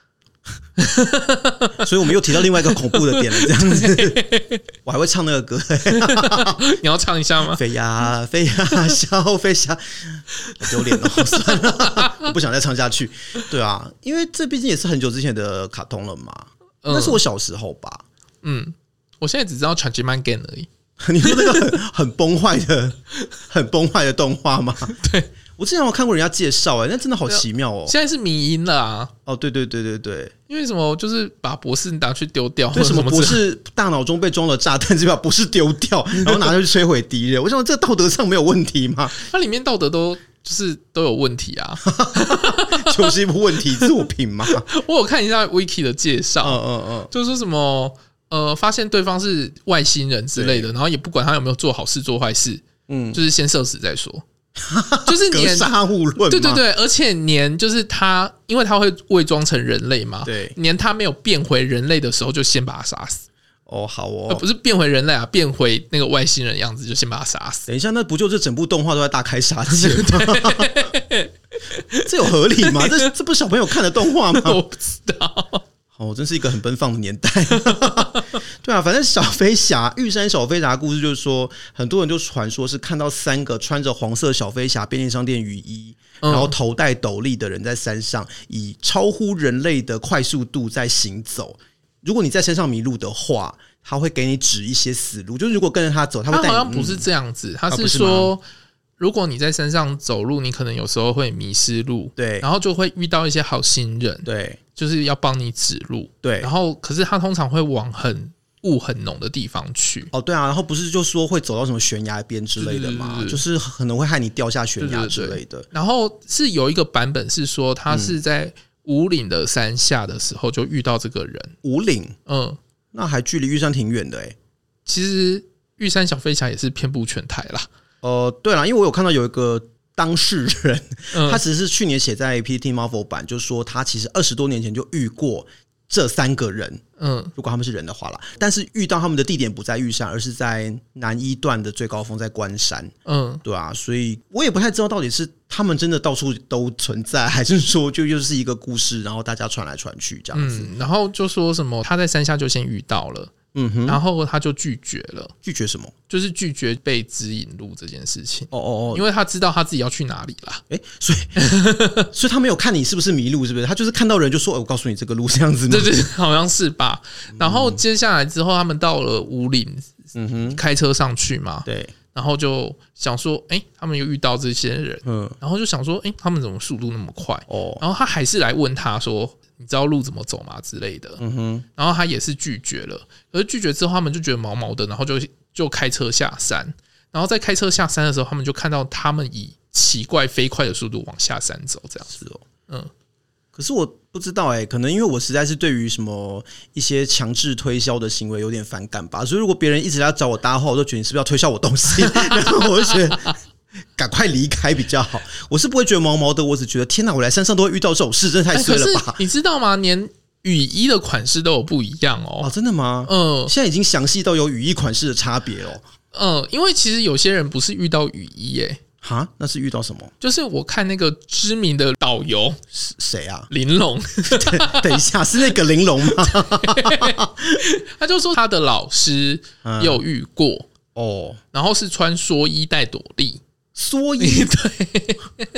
所以我们又提到另外一个恐怖的点了，这样子。我还会唱那个歌， 你要唱一下吗？ 飞呀飞呀，小飞侠，好丢脸哦！算了，我不想再唱下去。对啊，因为这毕竟也是很久之前的卡通了嘛，嗯、那是我小时候吧。 嗯，我现在只知道 Changeman Game 而已。 你说那个很很崩坏的、很崩坏的动画吗？ 对。 我之前有看过人家介绍，哎，那真的好奇妙哦！ 现在是迷因了啊！ 哦，对对对对对， 因为什么？就是把博士拿去丢掉， 对，什么博士大脑中被装了炸弹，就把博士丢掉，然后拿去摧毁敌人。我想这个道德上没有问题吗？ 它里面道德都就是都有问题啊， 就是一部问题作品嘛。 我有看一下 Wiki 的介绍， 嗯嗯嗯， 就是说什么呃，发现对方是外星人之类的，然后也不管他有没有做好事做坏事，嗯，就是先射死再说。就是年格杀勿论， 对对对，而且年就是他，因为他会伪装成人类嘛， 对， 年他没有变回人类的时候，就先把他杀死。 哦，好哦， 呃，不是变回人类啊，变回那个外星人样子，就先把他杀死。 等一下，那不就是整部动画都在大开杀戒吗？这有合理吗？这这不是小朋友看的动画吗？ 我不知道。 哦，真是一个很奔放的年代。对啊，反正小飞侠玉山小飞侠的故事就是说，很多人就传说是看到三个穿着黄色小飞侠便利商店雨衣，嗯、然后头戴斗笠的人在山上以超乎人类的快速度在行走。如果你在山上迷路的话，他会给你指一些死路，就是如果跟着他走，他会带你。 他好像不是这样子，他是说。如果你在山上走路，你可能有时候会迷失路， 对， 然后就会遇到一些好心人， 对， 就是要帮你指路， 对， 然后可是他通常会往很雾很浓的地方去， 哦，对啊，然后不是就说会走到什么悬崖边之类的嘛，对对对对，就是可能会害你掉下悬崖之类的。对对对， 然后是有一个版本是说，他是在武岭的山下的时候就遇到这个人， 武岭，嗯，那还距离玉山挺远的哎、欸。 其实玉山小飞侠也是遍布全台啦。 呃，对啦，因为我有看到有一个当事人，嗯、他只是去年写在 P T T Marvel 版，就说他其实二十多年前就遇过这三个人，嗯，如果他们是人的话啦，但是遇到他们的地点不在玉山，而是在南一段的最高峰在关山，嗯，对啊，所以我也不太知道到底是他们真的到处都存在，还是说就又是一个故事，然后大家传来传去这样子， 嗯，然后就说什么他在山下就先遇到了。嗯哼，然后他就拒绝了。 拒绝什么？ 就是拒绝被指引路这件事情。 哦哦哦， 因为他知道他自己要去哪里啦。 哎、欸，所以所以他没有看你是不是迷路，是不是？他就是看到人就说：“欸、我告诉你这个路这样子吗？” 对对，好像是吧。然后接下来之后，他们到了武岭，嗯哼，开车上去嘛。 对。 然后就想说，哎、欸，他们又遇到这些人，嗯，然后就想说，哎、欸，他们怎么速度那么快？哦，然后他还是来问他说。你知道路怎么走吗之类的，嗯哼，然后他也是拒绝了，可是拒绝之后他们就觉得毛毛的，然后就就开车下山，然后在开车下山的时候，他们就看到他们以奇怪飞快的速度往下山走，这样子哦，嗯， 可是我不知道哎、欸，可能因为我实在是对于什么一些强制推销的行为有点反感吧，所以如果别人一直要找我搭话，我就觉得你是不是要推销我东西，然后我就觉得。赶快离开比较好。我是不会觉得毛毛的，我只觉得天哪，我来山上都会遇到这种事，真的太衰了吧、欸？ 你知道吗？连雨衣的款式都有不一样哦。 哦，真的吗？嗯，现在已经详细到有雨衣款式的差别哦。 嗯，因为其实有些人不是遇到雨衣耶。 哈，那是遇到什么？ 就是我看那个知名的导游是谁啊？ 玲珑。 等一下，是那个玲珑吗？ 他就说他的老师有遇过、嗯、哦，然后是穿蓑衣带斗笠。 蓑衣对，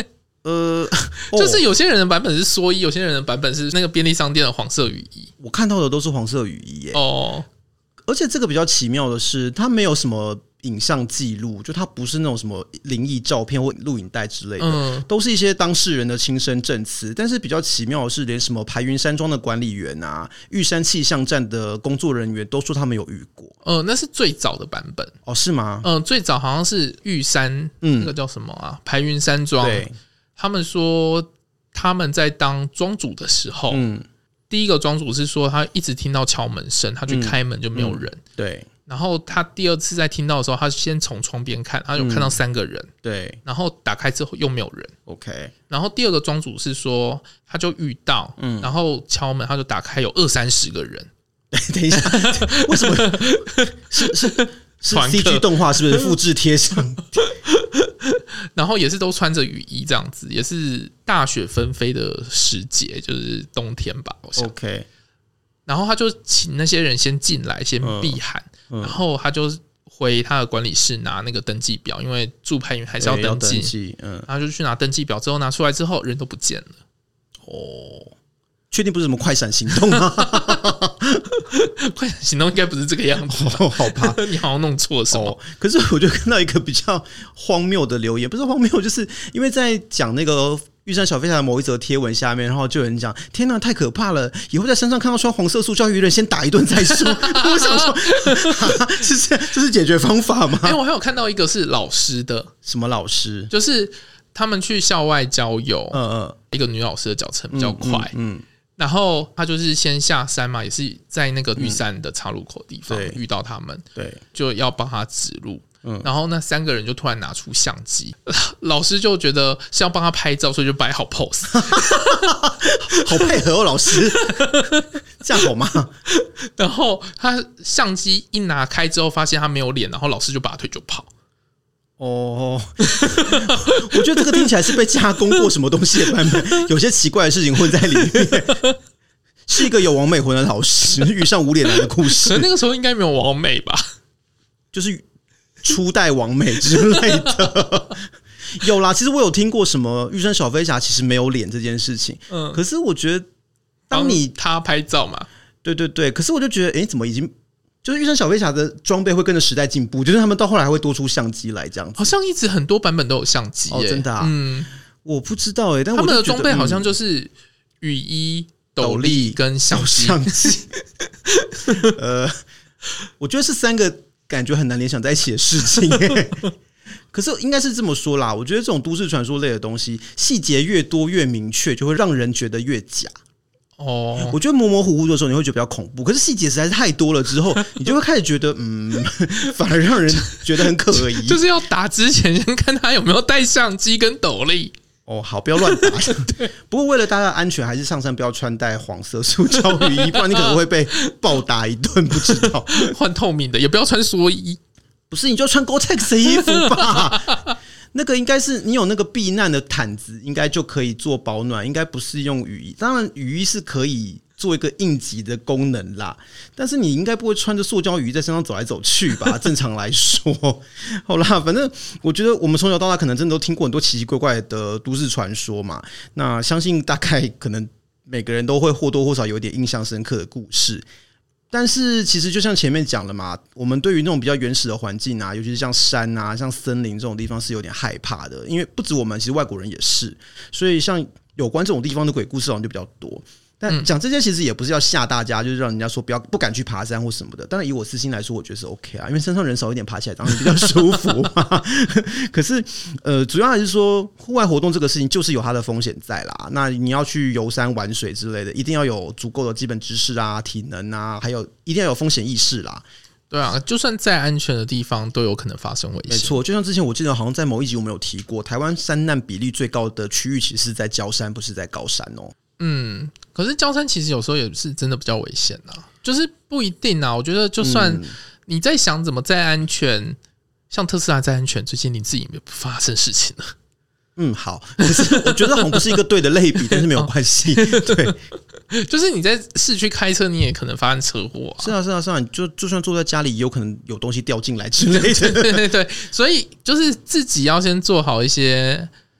呃， 就是有些人的版本是蓑衣，有些人的版本是那个便利商店的黄色雨衣。 我看到的都是黄色雨衣耶。 哦， 而且这个比较奇妙的是，它没有什么影像记录，就它不是那种什么灵异照片或录影带之类的，嗯，都是一些当事人的亲身证词。但是比较奇妙的是，连什么排云山庄的管理员啊、玉山气象站的工作人员都说他们有遇过。 呃，那是最早的版本哦，是吗？ 嗯、呃，最早好像是玉山，嗯，那个叫什么啊？排云山庄。对，他们说他们在当庄主的时候，嗯，第一个庄主是说他一直听到敲门声，他去开门就没有人。嗯嗯、对。然后他第二次在听到的时候，他先从窗边看，他有看到三个人，嗯、对，然后打开之后又没有人 ，OK。然后第二个庄主是说，他就遇到，嗯，然后敲门，他就打开有二三十个人。 等一下，为什么是是是 C G 动画？是不是复制贴上？ 然后也是都穿着雨衣这样子，也是大雪纷飞的时节，就是冬天吧，我想 OK。 然后他就请那些人先进来，先避寒。嗯嗯、然后他就回他的管理室拿那个登记表，因为驻派员还是要登记。登记嗯，然后就去拿登记表，之后拿出来之后，人都不见了。 哦，确定不是什么快闪行动吗？ 快闪行动应该不是这个样子、 哦，好怕你好像弄错什么、哦。 可是我就看到一个比较荒谬的留言，不是荒谬，就是因为在讲那个。玉山小飞侠的某一则贴文下面，然后就有人讲：“天哪，太可怕了！以后在山上看到穿黄色塑胶鱼的人，先打一顿再说。”我想说，是这这是解决方法吗？ 哎、欸，我还有看到一个是老师的， 什么老师？ 就是他们去校外郊游，嗯嗯，一个女老师的脚程比较快，嗯，嗯嗯然后他就是先下山嘛，也是在那个玉山的岔路口地方、嗯、遇到他们，对，就要帮他指路。嗯、然后那三个人就突然拿出相机，老师就觉得是要帮他拍照，所以就摆好 pose， 好配合哦，老师，这样好吗？ 然后他相机一拿开之后，发现他没有脸，然后老师就拔腿就跑。 哦，我觉得这个听起来是被加工过什么东西的版本，有些奇怪的事情混在里面。是一个有王美魂的老师遇上无脸男的故事， 可那个时候应该没有王美吧？ 就是初代王美之类的。有啦，其实我有听过什么玉山小飞侠其实没有脸这件事情，嗯，可是我觉得当你他拍照嘛， 对对对，可是我就觉得，哎、欸，怎么已经就是玉山小飞侠的装备会跟着时代进步，就是他们到后来还会多出相机来这样子， 好像一直很多版本都有相机、欸，哦， 真的啊，嗯，我不知道哎、欸，但我他们的装备好像就是雨衣。斗笠跟相机，相机呃，我觉得是三个感觉很难联想在一起的事情、欸。可是应该是这么说啦，我觉得这种都市传说类的东西，细节越多越明确，就会让人觉得越假。哦，我觉得模模糊糊的时候，你会觉得比较恐怖。可是细节实在是太多了之后，你就会开始觉得，嗯，反而让人觉得很可疑。 就是要打之前，先看他有没有带相机跟斗笠。 哦，好，不要乱打。不过为了大家的安全，还是上山不要穿戴黄色塑胶雨衣，不然你可能会被暴打一顿。不知道换透明的，也不要穿蓑衣。 不是，你就穿 Gore-Tex 的衣服吧。那个应该是你有那个避难的毯子，应该就可以做保暖。应该不是用雨衣，当然雨衣是可以做一个应急的功能啦。但是你应该不会穿着塑胶雨衣在身上走来走去吧？正常来说，好啦，反正我觉得我们从小到大可能真的都听过很多奇奇怪怪的都市传说嘛。那相信大概可能每个人都会或多或少有点印象深刻的故事。但是其实就像前面讲了嘛，我们对于那种比较原始的环境啊，尤其是像山啊、像森林这种地方是有点害怕的，因为不止我们，其实外国人也是。所以像有关这种地方的鬼故事好像就比较多。但讲这些其实也不是要吓大家，就是让人家说不要不敢去爬山或什么的。当然以我私心来说，我觉得是 OK 啊，因为山上人少一点，爬起来当然比较舒服嘛。可是呃，主要还是说户外活动这个事情就是有它的风险在啦。那你要去游山玩水之类的，一定要有足够的基本知识啊、体能啊，还有一定要有风险意识啦。 对啊，就算再安全的地方都有可能发生危险。 没错，就像之前我记得好像在某一集我们有提过，台湾山难比例最高的区域其实是在郊山，不是在高山哦。 嗯，可是郊山其实有时候也是真的比较危险啊，就是不一定啊。我觉得就算你在想怎么再安全，嗯、像特斯拉再安全，最近你自己没有发生事情了。 嗯，好，可是我觉得好像不是一个对的类比，但是没有关系。对， 就是你在市区开车，你也可能发生车祸、啊。 是啊，是啊，是啊，就就算坐在家里，也有可能有东西掉进来之类的。 对对对，所以就是自己要先做好一些。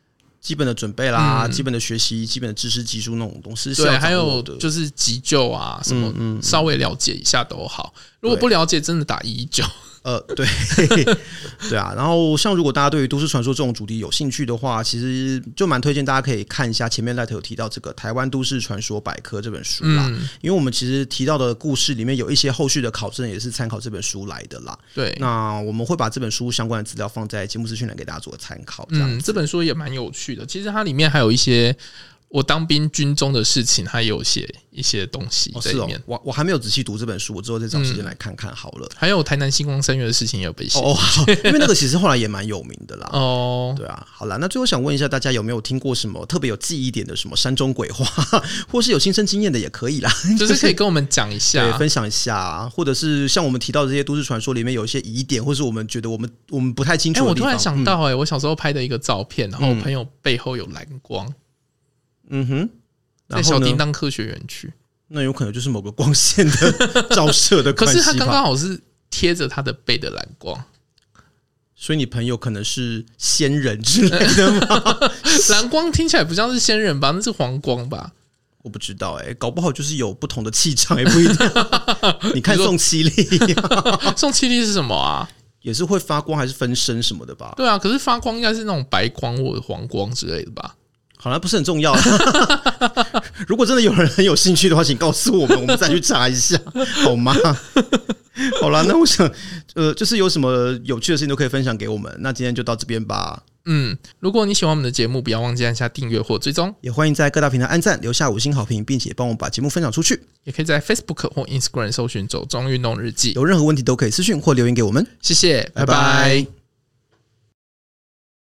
基本的准备啦、嗯、基本的学习、基本的知识技术那种东西是要掌握的。 对，还有就是急救啊什么，嗯嗯、稍微了解一下都好。如果不了解，真的打一一九。 呃，对，对啊。然后像如果大家对于都市传说这种主题有兴趣的话，其实就蛮推荐大家可以看一下前面 Light 有提到这个《台湾都市传说百科》这本书啦、嗯，因为我们其实提到的故事里面有一些后续的考证也是参考这本书来的啦。 对， 那我们会把这本书相关的资料放在节目资讯栏给大家做参考。这样子、 嗯，这本书也蛮有趣的，其实它里面还有一些。我当兵军中的事情，它也有写一些东西在里面。 哦哦、我我还没有仔细读这本书，我之后再找时间来看看好了。 嗯、还有台南星光三月的事情也有被写， 哦，因为那个其实后来也蛮有名的啦。 哦， 对啊，好啦，那最后想问一下大家有没有听过什么特别有记忆点的什么山中鬼话，或是有亲身经验的也可以啦， 就是可以跟我们讲一下， 对，分享一下，或者是像我们提到的这些都市传说里面有一些疑点，或是我们觉得我们我们不太清楚的地方。 欸、我突然想到、欸，哎、嗯，我小时候拍的一个照片，然后我朋友背后有蓝光， 嗯哼。 在小叮当科学园区， 那有可能就是某个光线的照射的关系吧。 可是他刚刚好是贴着他的背的蓝光， 所以你朋友可能是仙人之类的吗？ 蓝光听起来不像是仙人吧？那是黄光吧？ 我不知道哎、欸，搞不好就是有不同的气场，也不一定。你看宋七力， 宋七力是什么啊？ 也是会发光还是分身什么的吧？ 对啊，可是发光应该是那种白光或者黄光之类的吧？ 好像不是很重要。如果真的有人很有兴趣的话，请告诉我们，我们再去查一下，好吗？好啦，那我想，呃，就是有什么有趣的事情都可以分享给我们。那今天就到这边吧。 嗯，如果你喜欢我们的节目，不要忘记按下订阅或追踪， 也欢迎在各大平台按赞、留下五星好评，并且帮我们把节目分享出去。 也可以在 Facebook 或 Instagram 搜寻“走中运动日记”。 有任何问题都可以私讯或留言给我们。 谢谢，拜拜。 拜拜。